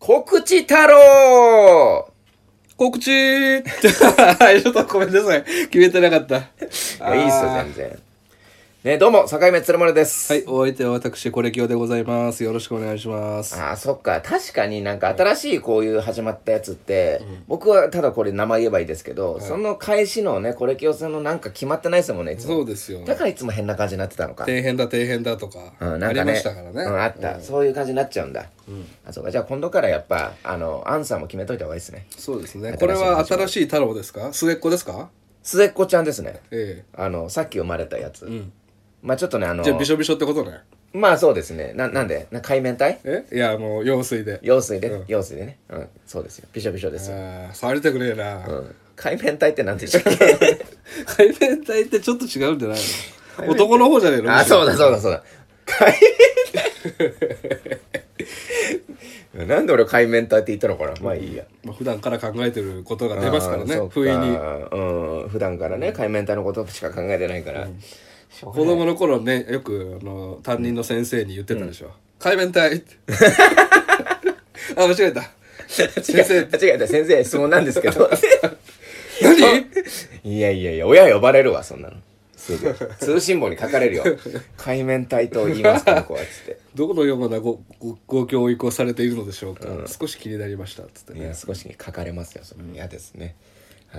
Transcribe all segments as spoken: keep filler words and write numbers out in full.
告知太郎。 告知ちょっとごめんなさい。決めてなかった。いや、いいっすよ、全然。ね、どうも、境目つるもるです。 はい、お相手は私、コレキオでございます。よろしくお願いします。 ああ、そっか。確かになんか新しいこういう始まったやつって、うん、僕はただこれ名前言えばいいですけど、はい、その返しのね、コレキオさんのなんか決まってないですもんね、いつも。 そうですよ、ね。 だからいつも変な感じになってたのか。 底辺だ、底辺だとか、うん、なんかね、ありましたからね。 うん、あった、うん。そういう感じになっちゃうんだ。うん、あ、そうか。じゃあ今度からやっぱ、あの、アンサーも決めといた方がいいですね。 そうですね。これは新しい太郎ですか？末っ子ですか？ 末っ子ちゃんですね。 ええ。 あの、さっき生まれたやつ。うん。まあちょっとね、あのじゃあびしょびしょってことね。 まあそうですね。な、なんでな海面体えいや、もう、用水で。 用水で、うん、用水でね。うん、そうですよ。びしょびしょですよ。 ああ、触りたくねえな。 うん。海面体って何でしたっけ？ 海面体ってちょっと違うんじゃないの？男の方じゃねえの？ あ、そうだそうだそうだ。海面体なんで俺海面体って言ったのかな。まあいいや。 まあ、普段から考えてることが出ますからね。不意に。 うん。普段からね、海面体のことしか考えてないから。うん子供の頃ね、よくあの担任の先生に言ってたでしょ、うん、海面体ってあ、間違えた先生間違えた先生質問なんですけど何いやいやいや親呼ばれるわそんなのすぐ通信簿に書かれるよ海面体と言いますかこうやってどこのようなごごご教育をされているのでしょうか、うん、少し気になりましたっつってね。 いや少し書かれますよそれ嫌ですね、うん、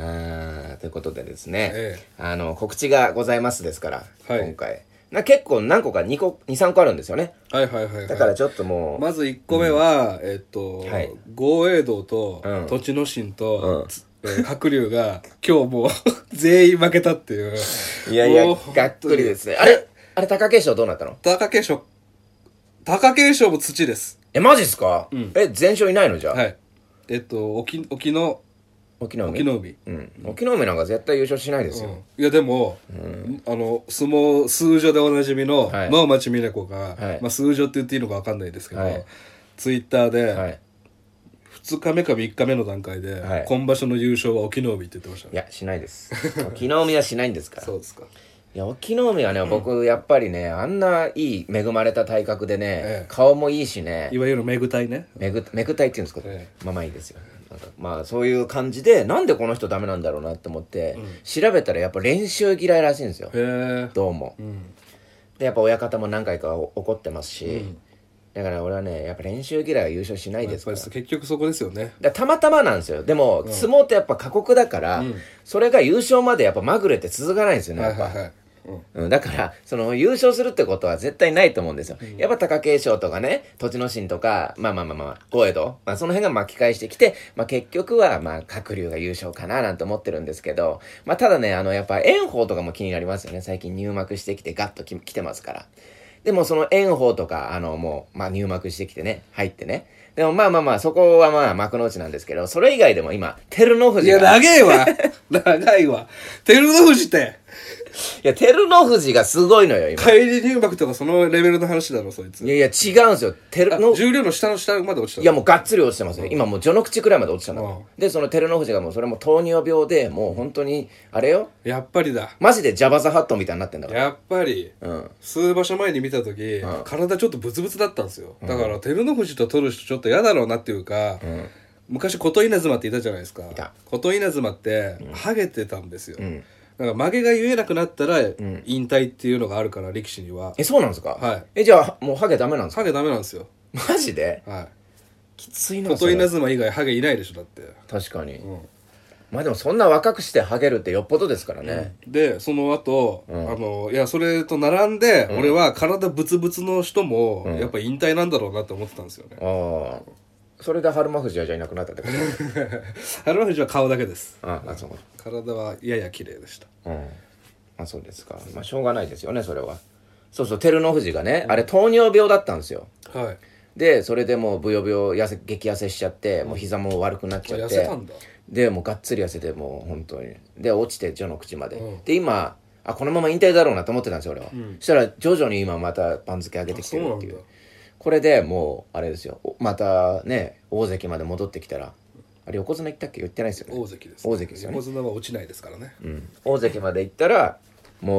あということでですね、ええ、あの告知がございますですから、はい、今回な結構何個かにこにさんこあるんですよね。 はいはいはい、はい、 だからちょっともうまずいっこめは、うん、えっと、はい、豪栄道と、うん、栃ノ心と、うんえー、白龍が今日もう全員負けたっていういやいやがっくりですね。あれあれ貴景勝どうなったの？ 貴景勝貴景勝も土です。 えマジっすか、うん、え全勝いないのじゃあ。 はいえっと沖沖の沖縄海、 うん、沖縄海なんか絶対優勝しないですよ、うん、 いやでも、うん、あの相撲数女でおなじみの能町みね子が、はいまあ、数女って言っていいのか分かんないですけど、はい、ツイッターで、はい、ふつかめかみっかめの段階で、はい、今場所の優勝は沖縄海って言ってましたね。 いやしないです沖縄海はしないんですからそうですか。 いや沖縄海はね、うん、僕やっぱりねあんないい恵まれた体格でね、ええ、顔もいいしねいわゆるめぐたいねめぐめぐたいって言うんですか、ええ、まあまあいいですよ。なんかまあそういう感じでなんでこの人ダメなんだろうなって思って、うん、調べたらやっぱ練習嫌いらしいんですよ。へどうも、うん、でやっぱ親方も何回か怒ってますし、うん、だから俺はねやっぱ練習嫌いは優勝しないですから、 やっぱり結局そこですよね。 だたまたまなんですよ。でも、うん、相撲ってやっぱ過酷だから、うん、それが優勝までやっぱまぐれって続かないんですよねやっぱ、はいはいはいうん、だからその優勝するってことは絶対ないと思うんですよ、うん、やっぱ貴景勝とかね栃ノ心とかまあまあまあまあ豪栄道、まあ、その辺が巻き返してきて、まあ、結局はまあ鶴竜が優勝かななんて思ってるんですけど、まあ、ただねあのやっぱ炎鵬とかも気になりますよね。最近入幕してきてガッとき来てますから。でもその炎鵬とかあのもう、まあ、入幕してきてね入ってねでもまあまあまあそこはまあ幕内なんですけど、それ以外でも今照ノ富士がいや長いわ長いわ照ノ富士っていや、照ノ富士がすごいのよ、今。 帰り入幕とかそのレベルの話だろ、そいつ。 いやいや、違うんですよ。照ノ重量の下の下まで落ちたの。 いや、もうがっつり落ちてますね。今もう序の口くらいまで落ちたの。で、その照ノ富士がもうそれも糖尿病で、もう本当に、あれよ。 やっぱりだ。 マジでジャバザハットみたいになってんだから。 やっぱり、うん、数場所前に見たとき、うん、体ちょっとブツブツだったんですよ。だから、照ノ富士と取る人ちょっと嫌だろうなっていうか、うん昔琴稲妻っていたじゃないですか。琴稲妻って、うん、ハゲてたんですよ。うんなんか曲げが言えなくなったら引退っていうのがあるから、力士には。 え、そうなんですか？ はい。 え、じゃあもうハゲダメなんですか？ ハゲダメなんですよ。 マジで？ はい。 きついな。 琴稲妻以外ハゲいないでしょだって。 確かに。うん。まあでもそんな若くしてハゲるってよっぽどですからね。 うん、でその後、うん、あのいやそれと並んで、うん、俺は体ブツブツの人も、うん、やっぱ引退なんだろうなって思ってたんですよね。 ああ。それで春馬富士はじゃいなくなったってこと？ 春馬富士は顔だけです。 ああ、そう。 体はやや綺麗でした。 うん。あ、そうですか。まあしょうがないですよねそれは。そうそう照ノ富士がね、うん、あれ糖尿病だったんですよ。 はい。 でそれでもうブヨブヨ痩せ激痩せしちゃって、うん、もう膝も悪くなっちゃって。 痩せたんだ。 でもうがっつり痩せてもう本当にで落ちて序の口まで、うん、で今あこのまま引退だろうなと思ってたんですよ俺は。うん、そしたら徐々に今また番付上げてきてるっていう。これでもうあれですよまたね大関まで戻ってきたらあれ横綱行ったっけ言ってないですよね。 大関です、ね、 大関ですよね。 横綱は落ちないですからね、 うん、大関まで行ったらも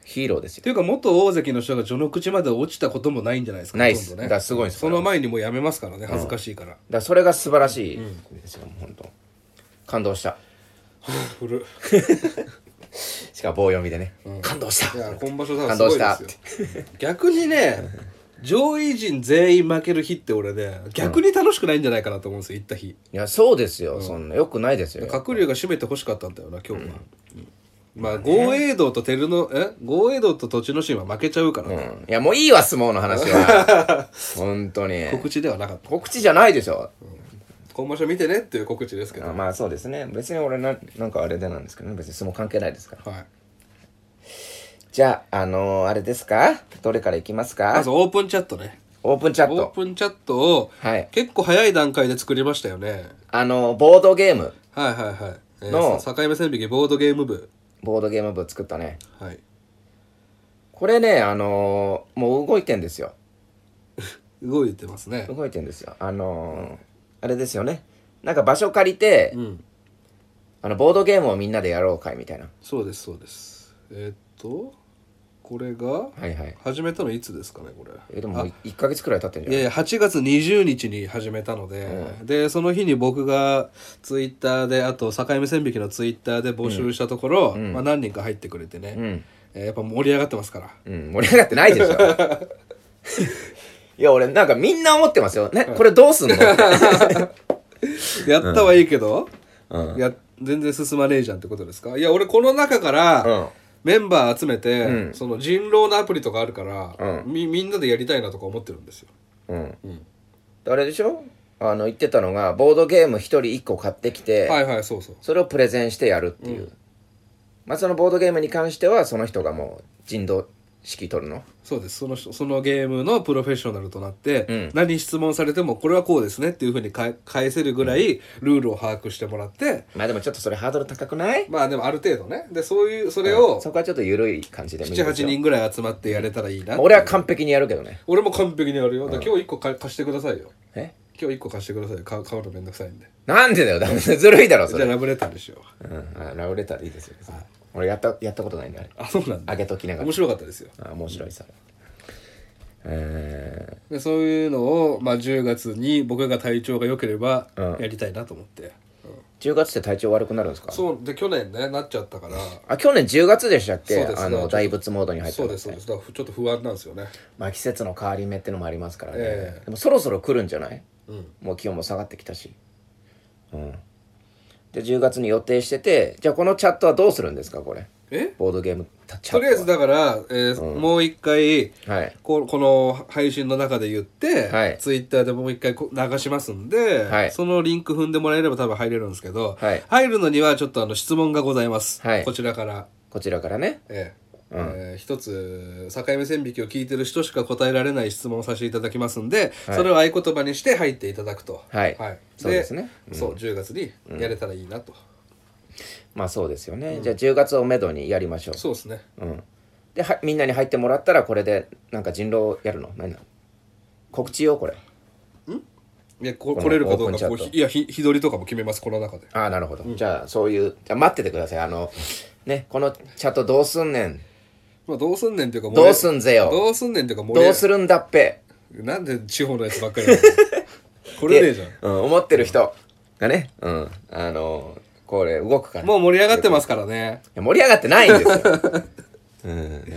ヒーローですよ。 っていうか元大関の人が序の口まで落ちたこともないんじゃないですか。 ないっす。 ほとんどね、 だからすごいです。 その前にもうやめますからね、恥ずかしいから。うん、だからそれが素晴らしいですよ、うん、本当感動した。 古しかも棒読みでね、うん、感動した。 いや今場所だからすごいですよ。逆にね上位陣全員負ける日って俺ね逆に楽しくないんじゃないかなと思うんですよ、行った日。いやそうですよ、うん、そんなよくないですよ。 鶴竜が締めてほしかったんだよな今日は、うんうん、まあ豪栄道と照ノえ豪栄道と栃ノ心は負けちゃうからね、 うん、いやもういいわ相撲の話は本当に告知ではなかった。 告知じゃないでしょ、うん、 今場所見てねっていう告知ですけど。 あまあそうですね、別に俺ななんかあれでなんですけどね、別に相撲関係ないですから。はい。じゃああのー、あれですか、どれからいきますか。 まずオープンチャットね。 オープンチャット。 オープンチャットを、はい、結構早い段階で作りましたよね。 あのボードゲームはいはいはい、えー、の境目線引きボードゲーム部ボードゲーム部作ったね。 はい。 これねあのー、もう動いてんですよ動いてますね。 動いてんですよ。あのーうん、あれですよね、なんか場所借りて、うん、あのボードゲームをみんなでやろうかいみたいな。 そうですそうです。えー、っとこれが、はいはい、始めたのいつですかねこれ。 えでももういっかげつくらい経ってんじゃない。 いやはちがつにじゅうにちに始めたので、うん、でその日に僕がツイッターであと境目線引きのツイッターで募集したところ、うんまあ、何人か入ってくれてね、うんえー、やっぱ盛り上がってますから。 うん、盛り上がってないでしょいや俺なんかみんな思ってますよね、これどうすんのやったはいいけど、うん、や全然進まねえじゃんってことですか。いや俺この中から、うんメンバー集めて、うん、その人狼のアプリとかあるから、うん、み, みんなでやりたいなとか思ってるんですよ。うん。 うん、あれでしょ、あの言ってたのがボードゲーム一人一個買ってきて、 はいはいそうそう。 それをプレゼンしてやるっていう。うん、まあそのボードゲームに関してはその人がもう人狼指揮取るの。 そうです。そのそのゲームのプロフェッショナルとなって、うん、何質問されてもこれはこうですねっていうふうに返せるぐらいルールを把握してもらって、うん、 まあでもちょっとそれハードル高くない？ まあでもある程度ね。でそういうそれを、 うん、そこはちょっと緩い感じでななはちにんぐらい集まってやれたらいいな。 俺は完璧にやるけどね。 俺も完璧にやるよ。だ今日いっこ貸してくださいよ。え？今日いっこ貸してくださいよ。買うのめんどくさいんで。 なんでだよ。だめずるいだろそれ。 じゃあラブレターでしよう。うん、あラブレターでいいですよ。俺やったやったことないんであれ。 あそうなんだ。 あげときながら。 面白かったですよ。 あ面白いさ。えー、でそういうのを、まあ、じゅうがつに僕が体調が良ければやりたいなと思って、うんうん、 じゅうがつって体調悪くなるんですか。 そうで去年ねなっちゃったから。 あ去年じゅうがつでしたっけ。あの大仏モードに入ったそうですそうですだからちょっと不安なんですよね。 まあ季節の変わり目ってのもありますからね、えー、でもそろそろ来るんじゃない、うん、もう気温も下がってきたし、うん、でじゅうがつに予定してて、じゃあこのチャットはどうするんですかこれ。えボードゲームチャットとりあえずだから、えーうん、もう一回、はい、こ, この配信の中で言って、はい、ツイッターでもう一回流しますんで、はい、そのリンク踏んでもらえれば多分入れるんですけど、はい、入るのにはちょっとあの質問がございます、はい、こちらからこちらからね、 えーうんえー、一つ境目線引きを聞いてる人しか答えられない質問をさせていただきますんで、はい、それを合言葉にして入っていただくと。はい、はい、そうですね、うん、そうじゅうがつにやれたらいいなと、うんまあそうですよね、うん、じゃあじゅうがつをめどにやりましょう。 そうですね、 うん、ではみんなに入ってもらったらこれでなんか人狼やるの何なの告知よこれ。 んいやこ来れるかどうかこういや日取りとかも決めますこの中で。 ああなるほど、うん、じゃあそういうじゃあ待っててください。あのねこのチャットどうすんねん、 まあ、どうすんねんっていうかどうすんぜよどうすんねんっていうかどうするんだっぺ。 なんで地方のやつばっかりなのこれねえじゃん、 うん、思ってる人がねうんあのーこれ動くからもう盛り上がってますからね。 いや盛り上がってないんですよ、うん、だから、うん、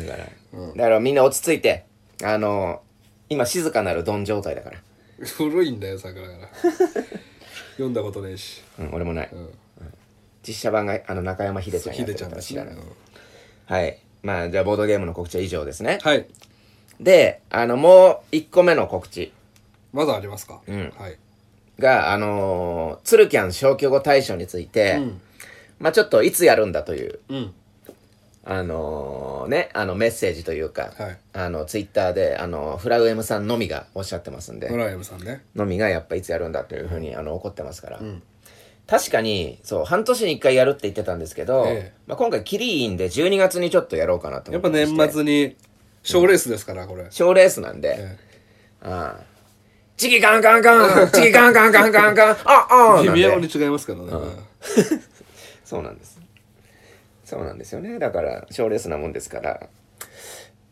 だからみんな落ち着いてあの今静かなるドン状態だから古いんだよ桜から読んだことねえし、 うん、俺もない、うん、実写版があの中山秀ちゃんやってるから知らない、うん、はいまあじゃあボードゲームの告知は以上ですね。はいであのもういっこめの告知まだありますか。 うんはいが、あのー、ツルキャン消去後大賞について、うん、まあちょっといつやるんだという、うん、あのー、ね、あのメッセージというか、はい、あのツイッターで、あのフラウエムさんのみがおっしゃってますんで、 フラウエムさんね。 のみがやっぱいつやるんだというふうに、あの怒ってますから、うん、確かに、そう、半年にいっかいやるって言ってたんですけど、ええまあ、今回キリいいんでじゅうにがつにちょっとやろうかなと思って。 やっぱ年末に、賞レースですから、これ。 賞レースなんで、ええ、ああ。チキカンカンカンチキカンカンカンカンカンああ微妙に違いますからね、うん、 そうなんですそうなんですよね。だから賞レースなもんですから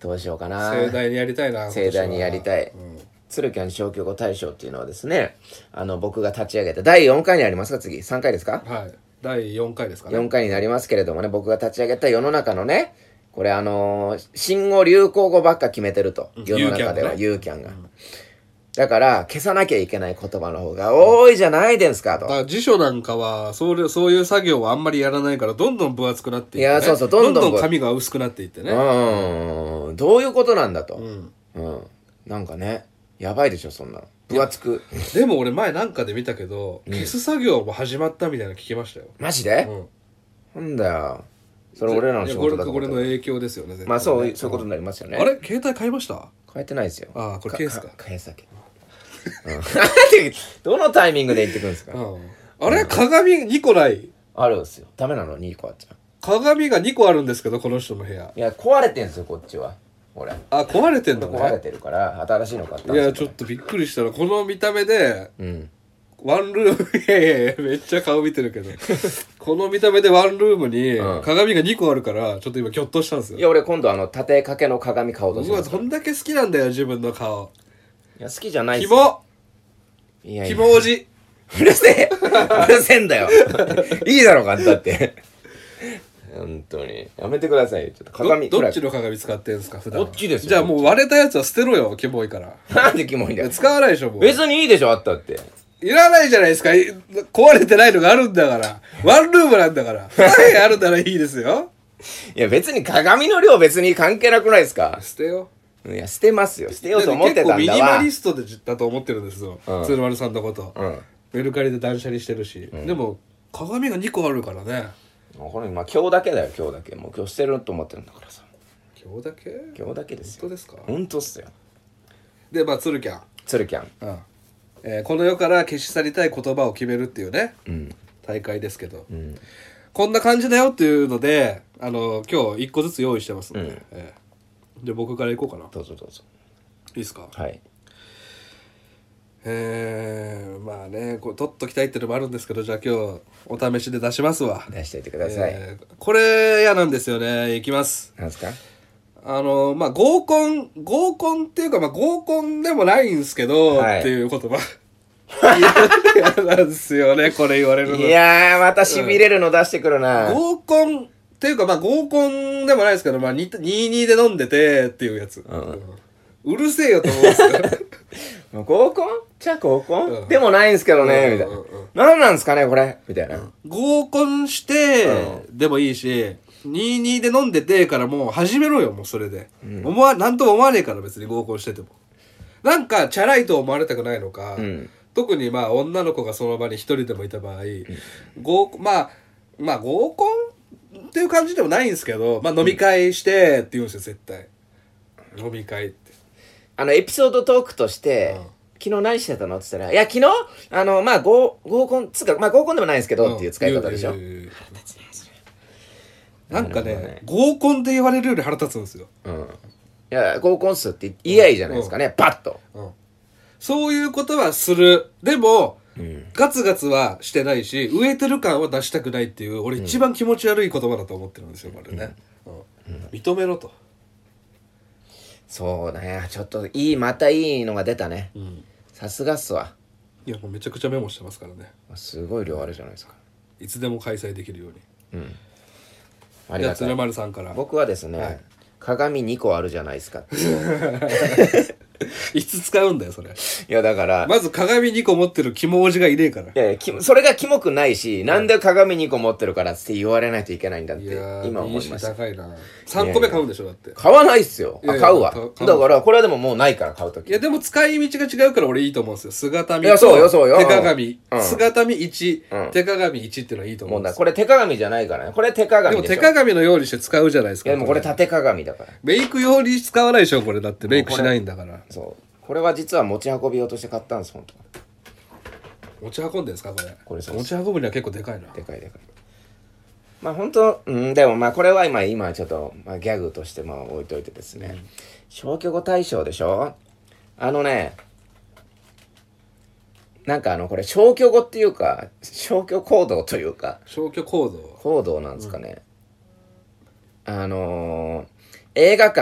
どうしようかな。 盛大にやりたいな。 盛大にやりたい。うん、鶴キャン消去後大賞っていうのはですね、あの僕が立ち上げただいよんかいになりますか、次さんかいですか。 はい、だいよんかいですかね。 よんかいになりますけれどもね、僕が立ち上げた世の中のね、これあのー、新語流行語ばっか決めてると、世の中ではユーキャンが、うん、だから消さなきゃいけない言葉の方が多いじゃないですかと。 だから辞書なんかはそうそういう作業はあんまりやらないからどんどん分厚くなっていって、ね、 いやそうそうどんどんどんどん紙が薄くなっていってね。 うん、どういうことなんだと、うんうん、なんかねやばいでしょそんな分厚く。 でも俺前なんかで見たけど、うん、消す作業も始まったみたいなの聞きましたよ。 マジで、うん、なんだよそれ俺らの仕事だと思った。 これの影響ですよね絶対ね。 まあそうそういうことになりますよね。 あれ携帯買いました？ 買えてないですよ。 ああこれケースか。 ケースだけどのタイミングで言ってくるんですか。 うん、あれ、うん、鏡にこないあるんですよ。ダメなのにこあっちゃう。 鏡がにこあるんですけどこの人の部屋。 いや壊れてんすよこっちは。俺あ壊れてんのね。 壊れてるから新しいの買ったんですよ。いやちょっとびっくりしたらこの見た目で、うん、ワンルームいやいやいやめっちゃ顔見てるけどこの見た目でワンルームに鏡がにこあるからちょっと今キョッとしたんですよ。 いや俺今度あの立てかけの鏡買おうとしてます。 うわどんだけ好きなんだよ自分の顔。 いや好きじゃないっす。 キモいやいやキモおじうるせえうるせえんだよいいだろうかだって本当にやめてください。ちょっと鏡ど, どっちの鏡使ってんすか普段。 こっちですよ。 じゃあもう割れたやつは捨てろよキモいから。 なんでキモいんだよ。 使わないでしょもう。 別にいいでしょあったって。 いらないじゃないですか。壊れてないのがあるんだからワンルームなんだからはいあるならいいですよ。 いや別に鏡の量別に関係なくないですか。 捨てよ。 いや捨てますよ。捨てようと思ってたんだわ。 結構ミニマリストでだと思ってるんですよ、うん、鶴丸さんのこと、うん、メルカリで断捨離してるし、うん、でも鏡がにこあるからね。 これ今今日だけだよ今日だけ。もう今日捨てると思ってるんだからさ。 今日だけ今日だけですよ。 本当ですか。 本当っすよ。 でまあ鶴キャン鶴キャン、 うんえー、この世から消し去りたい言葉を決めるっていうね、うん、大会ですけど、うん、こんな感じだよっていうのであの今日いっこずつ用意してますので、うんえーじゃあ僕からいこうかな。 どうぞどうぞ。 いいですか。 はい。 えー、まあねこれ取っときたいっていうのもあるんですけどじゃあ今日お試しで出しますわ。 出しておいてください、 えー、これ嫌なんですよね。いきます。 なんですか。 あのまあ合コン合コンっていうかまあ合コンでもないんですけど、はい、っていう言葉嫌なんですよねこれ言われるの。 いやーまた痺れるの出してくるな、 うん、合コンっていうかまあ合コンでもないですけどまあにたいにで飲んでてっていうやつ、うん、うるせえよと思うんですよ合コンじゃあ合コン、うん、でもないんですけどね、うん、みたいな、うん、何なんですかねこれみたいな、うん、 合コンして、うん、でもいいしにじゅうにで飲んでてからもう始めろよもうそれで、うん、思わなんとも思わねえから別に合コンしててもなんかチャラいと思われたくないのか、うん、特にまあ女の子がその場に一人でもいた場合、うん、合まあまあ合コンっていう感じでもないんですけど、まあ飲み会してって言うんですよ絶対。飲み会ってあのエピソードトークとして、うん、昨日何してたのって言ったらいや昨日あのまあ合合コンつかまあ合コンでもないんですけど、うん、っていう使い方でしょ。 なんかね、ね合コンで言われるより腹立つんですよ、 うん、いや合コンっすって言いやいいじゃないですかね、うん、パッと、うん、 そういうことはする。でもうん、ガツガツはしてないし植えてる感は出したくないっていう俺一番気持ち悪い言葉だと思ってるんですよこれね、うんうん、認めろと。 そうねちょっといいまたいいのが出たね、さすがっすわ。 いやもうめちゃくちゃメモしてますからね。 すごい量あるじゃないですか。 いつでも開催できるように、うん、 ありがとう。 じゃあ鶴丸さんから。 僕はですね、はい、鏡にこあるじゃないですかいつ使うんだよそれ。いやだからまず鏡にこ持ってるキモおじがいねえから。いやいやそれがキモくないし、なんで鏡にこ持ってるからって言われないといけないんだって今思いました。 高いな。さんこめ買うんでしょだって。 買わないっすよ。あ買うわ。だからこれはでももうないから買うとき。 いやでも使い道が違うから俺いいと思うんですよ。姿見と手鏡、うん、姿見いち、うん、手鏡いちっていうのはいいと思うんですよ。 もうこれ手鏡じゃないからね。これ手鏡でしょ。 でも手鏡のようにして使うじゃないですか。 いやでもこれ縦鏡だから。 メイク用に使わないでしょこれ。だってメイクしないんだから。 そう。これは実は持ち運び用として買ったんです本当。 持ち運んでんですかこれ。 これ持ち運ぶには結構でかいな。 でかいでかい。まあ本当うんでもまあこれは今今ちょっと、まあ、ギャグとしてまあ置いといてですね、うん、消去後大賞でしょ。あのねなんかあのこれ消去後っていうか消去行動というか消去行動行動なんですかね、うん、あのー、映画館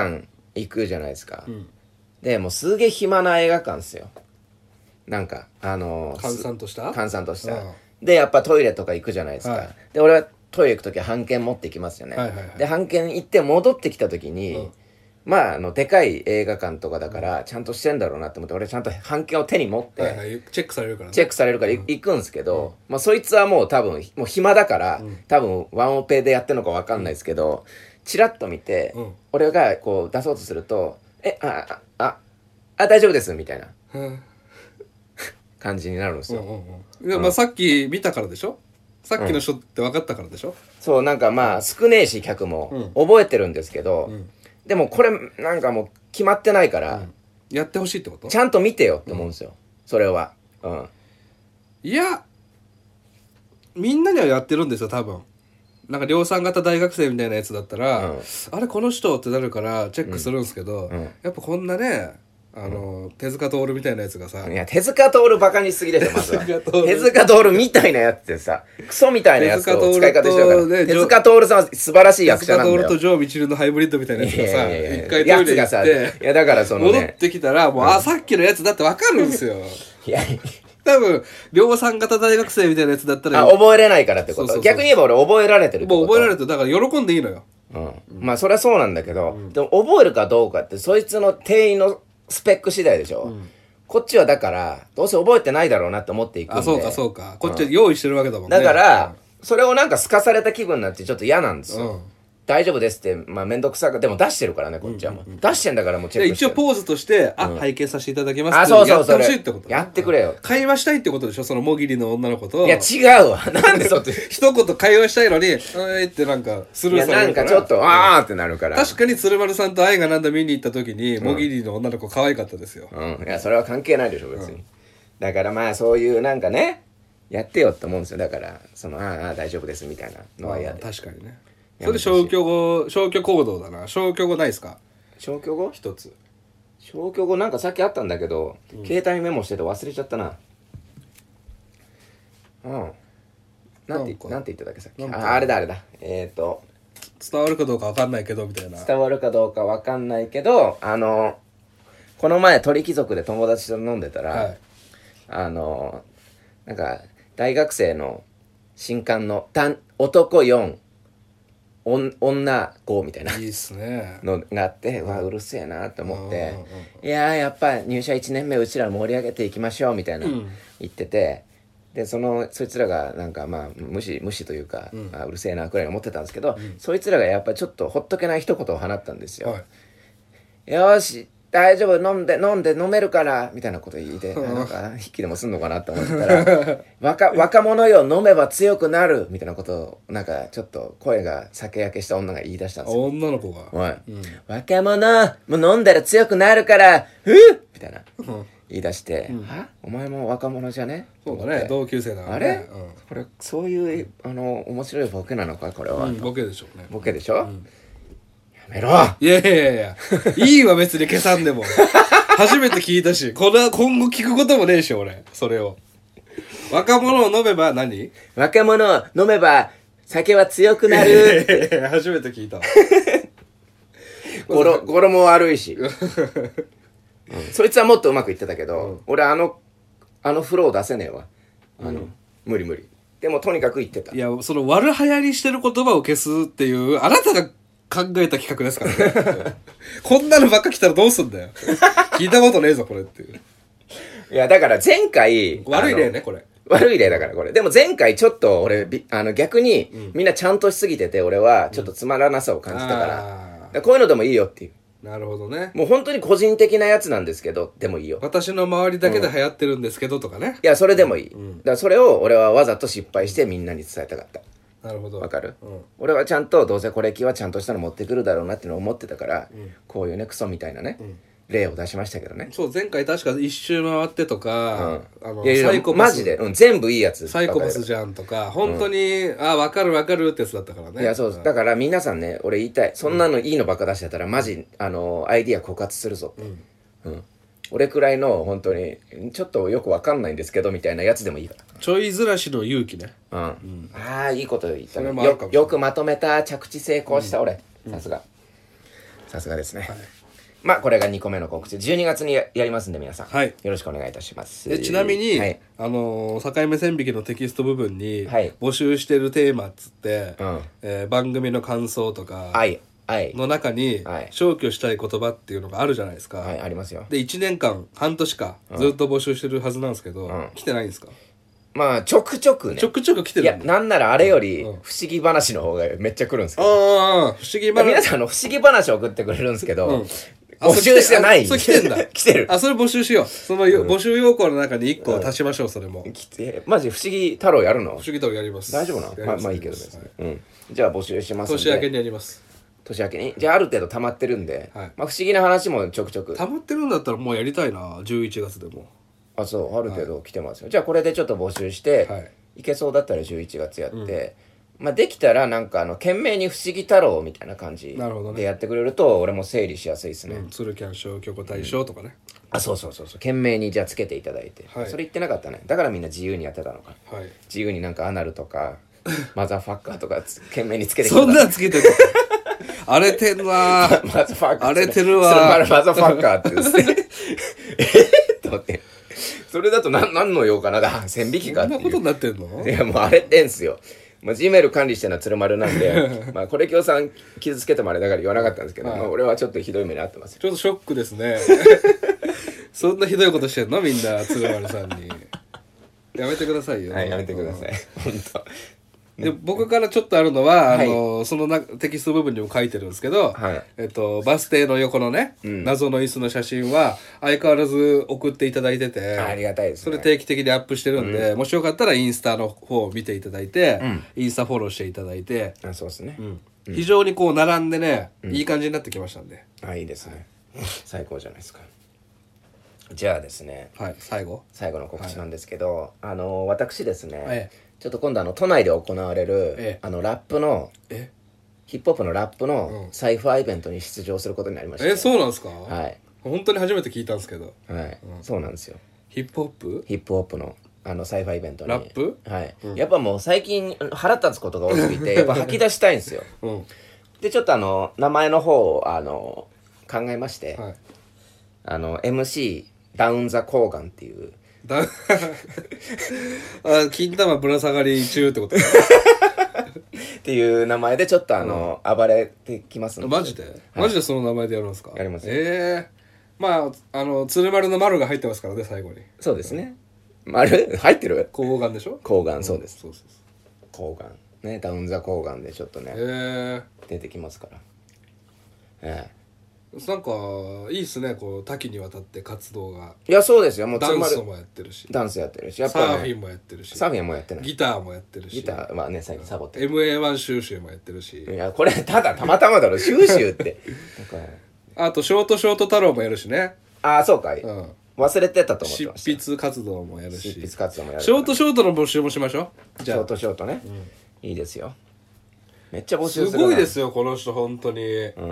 行くじゃないですか、うん、でもうすげえ暇な映画館ですよ。なんかあの閑散とした閑散とした、うん、でやっぱトイレとか行くじゃないですか、はい、で俺はトイレ行く時は半券持ってきますよね、はいはいはい、で半券行って戻ってきた時に、うん、まああのでかい映画館とかだからちゃんとしてんだろうなって思って俺ちゃんと半券を手に持って、はいはい、 チェックされるから、ね、 チェックされるから行くんですけど、うん、まあそいつはもう多分もう暇だから、うん、多分ワンオペでやってるのか分かんないですけど、チラッと見て、うん、俺がこう出そうとするとえああああ大丈夫ですみたいな、うん感じになるんですよ、うんうんうん、でまあさっき見たからでしょ、さっきの人って分かったからでしょ、うん、 そうなんかまあ少ねえし客も覚えてるんですけど、うん、でもこれなんかもう決まってないから、うん、 やってほしいってことちゃんと見てよって思うんですよ、うん、それは、うん、 いやみんなにはやってるんですよ多分。なんか量産型大学生みたいなやつだったら、うん、あれこの人ってなるからチェックするんですけど、うんうん、やっぱこんなねあの、うん、手塚徹みたいなやつがさ、 いや手塚徹バカにしすぎでしょまずは手塚徹みたいなやつってさクソみたいなやつと使い方してるから、ね、手塚徹さんは素晴らしい役者なんだよ。 手塚徹とジョー・ミチルのハイブリッドみたいなやつがさ一回トイレ行っていやだからその、ね、 戻ってきたらもう、うん、あさっきのやつだって分かるんですよいや多分量産型大学生みたいなやつだったらあ覚えれないからってこと。そうそうそう逆に言えば俺覚えられてるってこと。 もう覚えられてるだから喜んでいいのよ、 うんうん、まあそれはそうなんだけど、うん、でも覚えるかどうかってそいつの店員のスペック次第でしょ、うん、こっちはだからどうせ覚えてないだろうなって思っていくんで。 あそうかそうかこっちは用意してるわけだもんね、 だから、うん、それをなんかすかされた気分になってちょっと嫌なんですよ、うん、大丈夫ですってまあ面倒くさくでも出してるからねこっちはもう、うんうんうん、出してんだからもうチェックして一応ポーズとしてあ、うん、拝見させていただきますってやってほしいってこと、ね、 やってくれよ。 会話したいってことでしょそのもぎりの女の子と。 いや違うわなんでそっち一言会話したいのにえってなんかスルーされるから。 いやなんかちょっとあーってなるから。 確かに鶴丸さんと愛がなんだ見に行った時に、うん、もぎりの女の子可愛かったですよ。 うんいやそれは関係ないでしょ別に、うん、だからまあそういうなんかねやってよって思うんですよ。だからそのああ大丈夫ですみたいなのは嫌で。 確かにねそれ消去後消去行動だな。消去後ないですか。 消去後一つ消去後なんかさっきあったんだけど、うん、携帯メモしてて忘れちゃったな。うんなんてなんて言ってたっけさっき。ああれだあれだえっ、ー、と伝わるかどうか分かんないけどみたいな。 伝わるかどうか分かんないけどあのこの前鳥貴族で友達と飲んでたら、はい、あのなんか大学生の新刊の男よん女ごみたいないいっすねのがあって、うわうるせえなって思って、いやーやっぱ入社いちねんめうちら盛り上げていきましょうみたいな言ってて、でそのそいつらがなんかまあ無視無視というか、うんまあ、うるせえなくらい思ってたんですけど、うん、そいつらがやっぱちょっとほっとけない一言を放ったんですよ、はい、よし大丈夫飲んで飲んで飲めるからみたいなこと言ってなんか筆記でもすんのかなって思ってたら若, 若者よ飲めば強くなるみたいなことをなんかちょっと声が酒焼けした女が言い出したんですよ。 女の子が、 はいうん、若者もう飲んだら強くなるからふうみたいな、うん、言い出して、うん、はお前も若者じゃね。 そうだね同級生だからね。 あれ、うん、これそういうあの面白いボケなのかこれは、 うん、ボケでしょうね。 ボケでしょ、うんやめろ。いやいやいやいやいいわ別に消さんでも初めて聞いたしこれは今後聞くこともねえし俺それを若者を飲めば何若者を飲めば酒は強くなる初めて聞いたわ語呂語呂も悪いし、うん、そいつはもっとうまくいってたけど、うん、俺あのあのフロー出せねえわあの、うん、無理無理。でもとにかく言ってた。 いやその悪流行りしてる言葉を消すっていうあなたが考えた企画ですからねこんなのばっか来たらどうすんだよ聞いたことねえぞこれっていう。 いやだから前回悪い例ねこれ悪い例だからこれ。でも前回ちょっと俺あの逆にみんなちゃんとしすぎてて俺はちょっとつまらなさを感じたから、うん、だからこういうのでもいいよっていう。 なるほどね。 もう本当に個人的なやつなんですけどでもいいよ。 私の周りだけで流行ってるんですけどとかね、 うん、いやそれでもいい、うん、だからそれを俺はわざと失敗してみんなに伝えたかった。 なるほど。 わかる、うん、俺はちゃんとどうせこれ機はちゃんとしたの持ってくるだろうなっていうのを思ってたから、うん、こういうねクソみたいなね、うん、例を出しましたけどね。 そう前回確か一周回ってとか、 うん、あのいやいやサイコパスマジで、うん、全部いいやつサイコパスじゃんとか本当に、うん、あ分かる分かるってやつだったからね。 いやそうです、うん、だから皆さんね俺言いたいそんなのいいのばっか出してたらマジあのアイディア枯渇するぞって、うんうん俺くらいの本当にちょっとよくわかんないんですけどみたいなやつでもいいから。 ちょいずらしの勇気ね。 うん。うん、ああいいこと言ったね。よ, よくまとめた着地成功した、うん、俺。さすが。さすがですね。はい、 まあこれがにこめの告知、じゅうにがつに や, やりますんで皆さん、 はい、 よろしくお願いいたします。 でちなみに、 はい、 あのー、境目線引きのテキスト部分に、 はい、 募集してるテーマっつって、 うんえー、番組の感想とかの中に、 はい、 消去したい言葉っていうのがあるじゃないですか。 はい、ありますよ。 でいちねんかん半年かずっと募集してるはずなんですけど、うん、来てないんですか？ まあちょくちょくね、 ちょくちょく来てる。 いやなんならあれより不思議話の方がめっちゃ来るんですけど、 ああ不思議話、 皆さんの不思議話を送ってくれるんですけど、うん、募集してない。 それ来てんだ。 来てる。 あ、それ募集しよう。その、うん、募集要項の中にいっこ足しましょう、それも。 来て、マジ不思議太郎やるの？不思議太郎やります。 大丈夫なの？まあ、まあいいけどですね、はい。うん。じゃあ募集しますんで。 年明けにやります。 年明けに。じゃあある程度溜まってるんで、はい、まあ不思議な話もちょくちょく。 溜まってるんだったらもうやりたいな、じゅういちがつでも。 あ、そう、ある程度来てますよ。はい、じゃあこれでちょっと募集して、はい、いけそうだったらじゅういちがつやって、うん、まあできたらなんかあの懸命に不思議太郎みたいな感じでやってくれると俺も整理しやすいですね。 鶴キャン賞虚構大賞とかね、 うん、あ、そうそうそうそう、懸命にじゃあつけていただいて、はい、それ言ってなかったね。だからみんな自由にやってたのか、はい、自由になんかアナルとかマザーファッカーとか懸命につけてきた。 そんなんつけてる荒れてるわーマザーファッカー荒れてるわーマザーファッカーって言ってえっと思ってそれだと何何の用かな、線引きかっていう。 そんなことになってんの？ いやもうあれってんすよ。まあ、Gmail 管理してるのは鶴丸なんでまあこれ今日さん傷つけてもあれだから言わなかったんですけど、はい、まあ、俺はちょっとひどい目に遭ってますよ。 ちょっとショックですねそんなひどいことしてんのみんな鶴丸さんにやめてくださいよ。 はい、やめてください本当。 で僕からちょっとあるのは、はい、あのそのなテキスト部分にも書いてるんですけど、はい、えっと、バス停の横のね、うん、謎の椅子の写真は相変わらず送っていただいてて、 ありがたいですね。 それ定期的にアップしてるんで、うん、もしよかったらインスタの方を見ていただいて、うん、インスタフォローしていただいて、 あ、そうですね、うんうん、非常にこう並んでね、うん、いい感じになってきましたんで、 あ、いいですね、はい、最高じゃないですか。じゃあですね、 はい、最後最後の告知なんですけど、はい、あの私ですね、はい、ちょっと今度あの都内で行われる、ええ、あのラップのえヒップホップのラップのサイファーイベントに出場することになりました、ね。 え、そうなんですか？ はい。 本当に初めて聞いたんですけど。 はい、うん、そうなんですよ。 ヒップホップ？ ヒップホップのあのサイファーイベントに。 ラップ？ はい、うん。やっぱもう最近腹立つことが多すぎてやっぱ吐き出したいんですよ。うん、でちょっとあの名前の方をあの考えまして、はい、あの エムシー ダウンザコーガンっていう。 だあ金玉ぶら下がり中ってことっていう名前でちょっとあの、うん、暴れてきますので。 マジで、はい、マジでその名前でやるんですか？ やりますよ。 ええー、まああの鶴丸の丸が入ってますからね、最後に。 そうですね、丸入ってる？ 睾丸でしょ？ 睾丸、そうです、 うん、そうそう睾丸ね、ダウンザ睾丸でちょっとね、えー、出てきますから。ええーなんかいいっすね、こう多岐にわたって活動が。 いやそうですよ、もうダンスもやってるし、 ダンスやってるし、 やっぱ、ね、サーフィンもやってるし、 サーフィンもやってない、 ギターもやってるし、 ギターはね最近サボってる、 エムエーワン 収集もやってるし、 いやこれただたまたまだろ収集ってあとショートショート太郎もやるしね。 ああそうかい、うん、忘れてたと思ってました。 執筆活動もやるし、 執筆活動もやる、 ショートショートの募集もしましょう。じゃあショートショートね、うん、いいですよ。めっちゃ募集するな。 すごいですよこの人本当に、うん、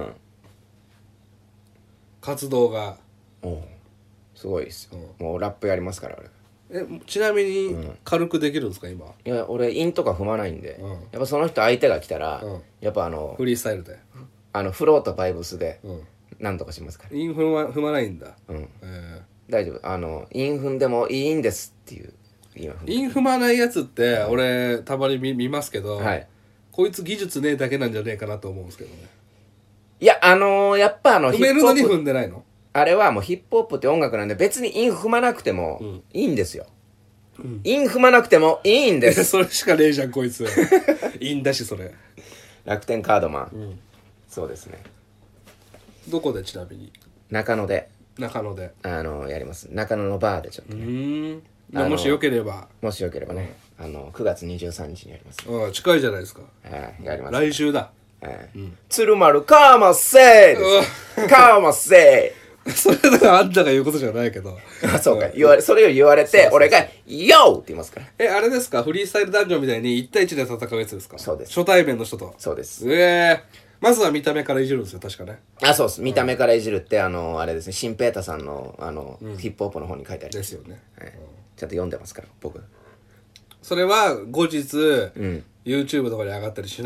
活動がおすごいですよ、うん、もうラップやりますから俺。えちなみに軽くできるんですか今？ いや俺韻とか踏まないんで、うん、やっぱその人相手が来たら、うん、やっぱあのフリースタイルであのフローとバイブスでなんとかしますから。 韻踏ま、踏まないんだ、うん、 えー、大丈夫、あの韻踏んでもいいんですっていう。 韻踏まないやつって、うん、俺たまに 見, 見ますけど、はい、こいつ技術ねえだけなんじゃねえかなと思うんですけどね。 いや、あのー、やっぱあの、 踏めるのに踏んでないの？ あれはもうヒップホップって音楽なんで別に韻踏まなくてもいいんですよ。うん、韻踏まなくてもいいんです。 それしかねえじゃん、こいつ。韻だし、それ。 楽天カードマン。うん、そうですね。 どこでちなみに？ 中野で。 中野で。 あのー、やります。中野のバーでちょっとね。うーん。もしよければ。 もしよければね。うん、あの、くがつにじゅうさんにちにやります。 うん、近いじゃないですか。 はい、やります。 来週だ。 えーうん、鶴丸カーマセーカーマセーそれだからあんたが言うことじゃないけどあそうか、うん、言われそれを言われてそうそうそう俺が「ヨー!」って言いますから。 えあれですか、フリースタイルダンジョンみたいにいち対いちで戦うやつですか？ そうです。 初対面の人と。 そうです。 ええー、まずは見た目からいじるんですよ確かね。 あそうです、見た目からいじるってあのあれですね、シンペータさんのあの、うん、ヒップホップの方に書いてありますですよね、 はい、うん、ちゃんと読んでますから僕。 それは後日、うん、YouTube とかに上がったりしないの？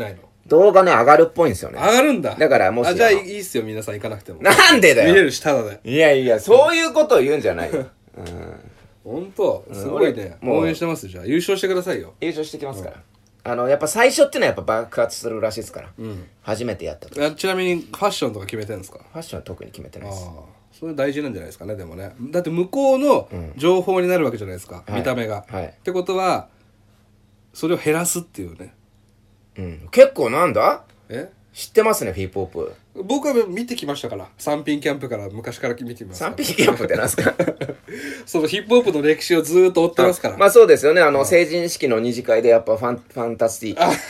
動画ね、上がるっぽいんですよね。 上がるんだ。 だからもし。 あ、じゃあいいっすよ、皆さん行かなくても。 なんでだよ。 見れるし、ただで。 いやいや、そういうことを言うんじゃないよ。うん。 ほんとすごいね。応援してます。じゃあ、優勝してくださいよ。 優勝してきますから。あの、やっぱ最初っていうのはやっぱ爆発するらしいですから。うん。初めてやったと。 ちなみにファッションとか決めてるんですか？ ファッションは特に決めてないです。 ああ。それ大事なんじゃないですかね、でもね。だって向こうの情報になるわけじゃないですか。見た目が。はい。ってことは、それを減らすっていうね。 うん。結構なんだ？ え？ 知ってますね、ヒップホップ。 僕は見てきましたから。三品キャンプから昔から見てますから。 三品キャンプってなんすか？ そのヒップホップの歴史をずーっと追ってますから。 まあそうですよね。あの、成人式の二次会でやっぱファン、ファンタスティック。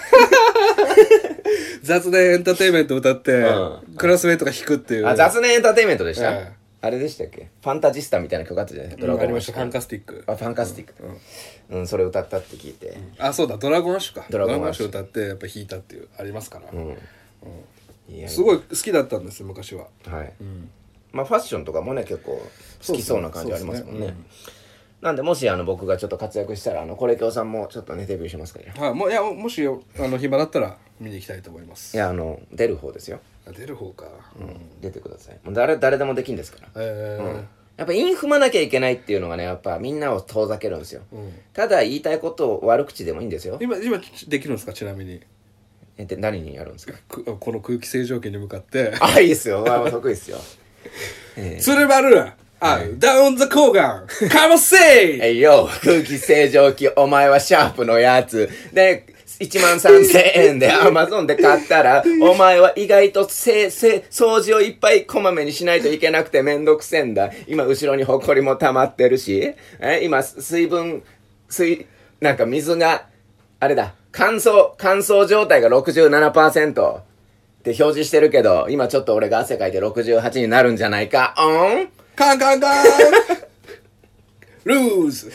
雑念エンターテインメント歌って、うん、クラスメイトが弾くっていう。 あ、雑念エンターテインメントでした、ええ、あれでしたっけ？ファンタジスタみたいな曲あったじゃないですか。 ドラゴンアッシュ。ファンカスティック。 あ、ファンカスティック。うん、うん、それ歌ったって聞いて。うん、 あ、そうだ、ドラゴンアッシュか。ドラゴンアッシュ歌ってやっぱ弾いたっていう、ありますから。うん。うん、いやすごい好きだったんですよ、昔は。 はい。うん、まあファッションとかもね、結構好きそうな感じありますもんね。なんで、もしあの僕がちょっと活躍したら、あのコレキョウさんもちょっとねデビューしますからね。 はい、もういやもしあの暇だったら見に行きたいと思います。 いや、あの出る方ですよ。 出る方か。 うん、出てください。もう誰誰でもできんですから。ええー。うん、 やっぱイン踏まなきゃいけないっていうのがね、やっぱみんなを遠ざけるんですよ。うん、ただ言いたいことを悪口でもいいんですよ。 今今できるんですか、ちなみに。 えで何にやるんですか？ この空気清浄機に向かって。 あ、いいっすよ。あ、得意っすよ。 えー、鶴丸。あ、ダウンザコーガンカモセイえいよ、空気清浄機、お前はシャープのやつ。で、いちまんさんぜんえんでアマゾンで買ったら、お前は意外とせ、せ、掃除をいっぱいこまめにしないといけなくてめんどくせんだ。今、後ろにホコリも溜まってるし、え、今、水分、水、なんか水が、あれだ、乾燥、乾燥状態が ろくじゅうななパーセント って表示してるけど、今ちょっと俺が汗かいてろくじゅうはちになるんじゃないか。おんカンカンカンルーズ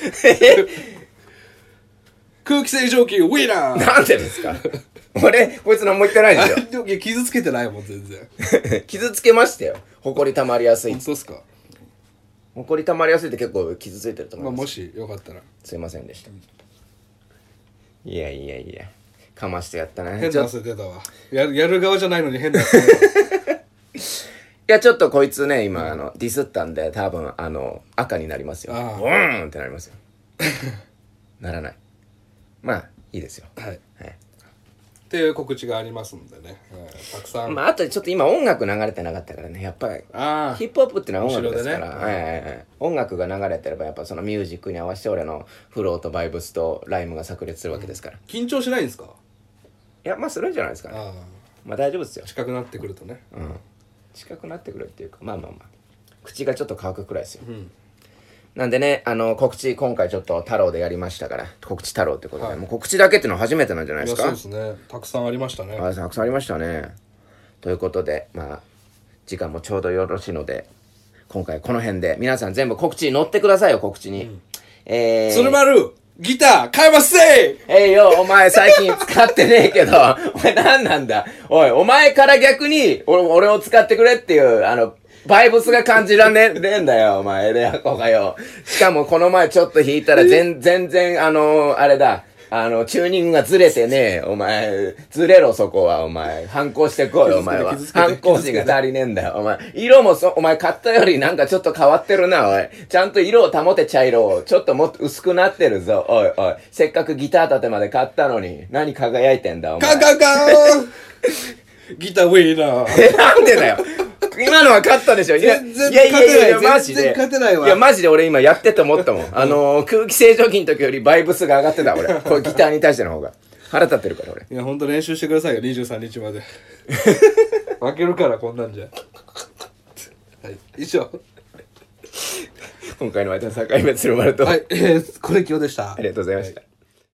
空気清浄機ウィナーなんでですか？俺、こいつ何も言ってないでしょ。 いや、傷つけてないもん、全然。 傷つけましたよ。ほこり溜まりやすい。 本当ですか？ ほこり溜まりやすいって結構傷ついてると思います。 まあ、もしよかったら。 すいませんでした。いやいやいや。かましてやったね。 変な汗出たわ。やる、やる側じゃないのに変な汗出た。 いや、ちょっとこいつね、今、あの、ディスったんで、多分、あの、赤になりますよ。うーんってなりますよ。ならない。まあ、いいですよ。 はい。はい。っていう告知がありますんでね。はい、たくさん。 まあ、あとちょっと今音楽流れてなかったからね、やっぱり。ああ。ヒップホップってのは音楽ですから。ね、はいはいはい。音楽が流れてれば、やっぱそのミュージックに合わせて俺のフローとバイブスとライムが炸裂するわけですから。 うん、緊張しないんですか？ いや、まあ、するんじゃないですかね。あまあ、大丈夫ですよ。 近くなってくるとね。 うん。近くなってくるっていうか、まあまあまあ口がちょっと乾くくらいですよ、うん、なんでね、あの告知今回ちょっと太郎でやりましたから、告知太郎ってことで、はい、もう告知だけっていうのは初めてなんじゃないですか？ そうですね、たくさんありましたね。 あ、たくさんありましたね。ということで、まあ時間もちょうどよろしいので、今回この辺で皆さん全部告知に乗ってくださいよ。告知に、うん、えー鶴丸ギター買いますせい。 えいよ、お前最近使ってねえけど、お前何なんだ。おい、お前から逆に、俺、俺を使ってくれっていう、あの、バイブスが感じらんねえんだよ、お前、エレアコがよ。しかもこの前ちょっと弾いたら全、全然、あの、あれだ。あの、チューニングがずれてねえ。お前、ずれろ、そこは、お前。反抗してこい、お前は。反抗心が足りねえんだよ、お前。色もそ、お前買ったよりなんかちょっと変わってるな、おい。ちゃんと色を保て茶色を。ちょっともっと薄くなってるぞ、おいおい。せっかくギター立てまで買ったのに、何輝いてんだ、お前。 カンカンカンギターウィーナー。 え、なんでだよ。今のは勝ったでしょ。いや全然勝てない。いやいやいや、マジで。全然勝てないわ。 いや、マジで俺今やってて思ったもん。あのー、空気清浄機の時よりバイブスが上がってた、俺。これギターに対しての方が。腹立ってるから、俺。 いや、ほんと練習してくださいよ、にじゅうさんにちまで。負けるから、こんなんじゃ。はい、以上。 今回の相手は境目鶴丸と。 はい、えー、これ今日でした。 ありがとうございました。はい。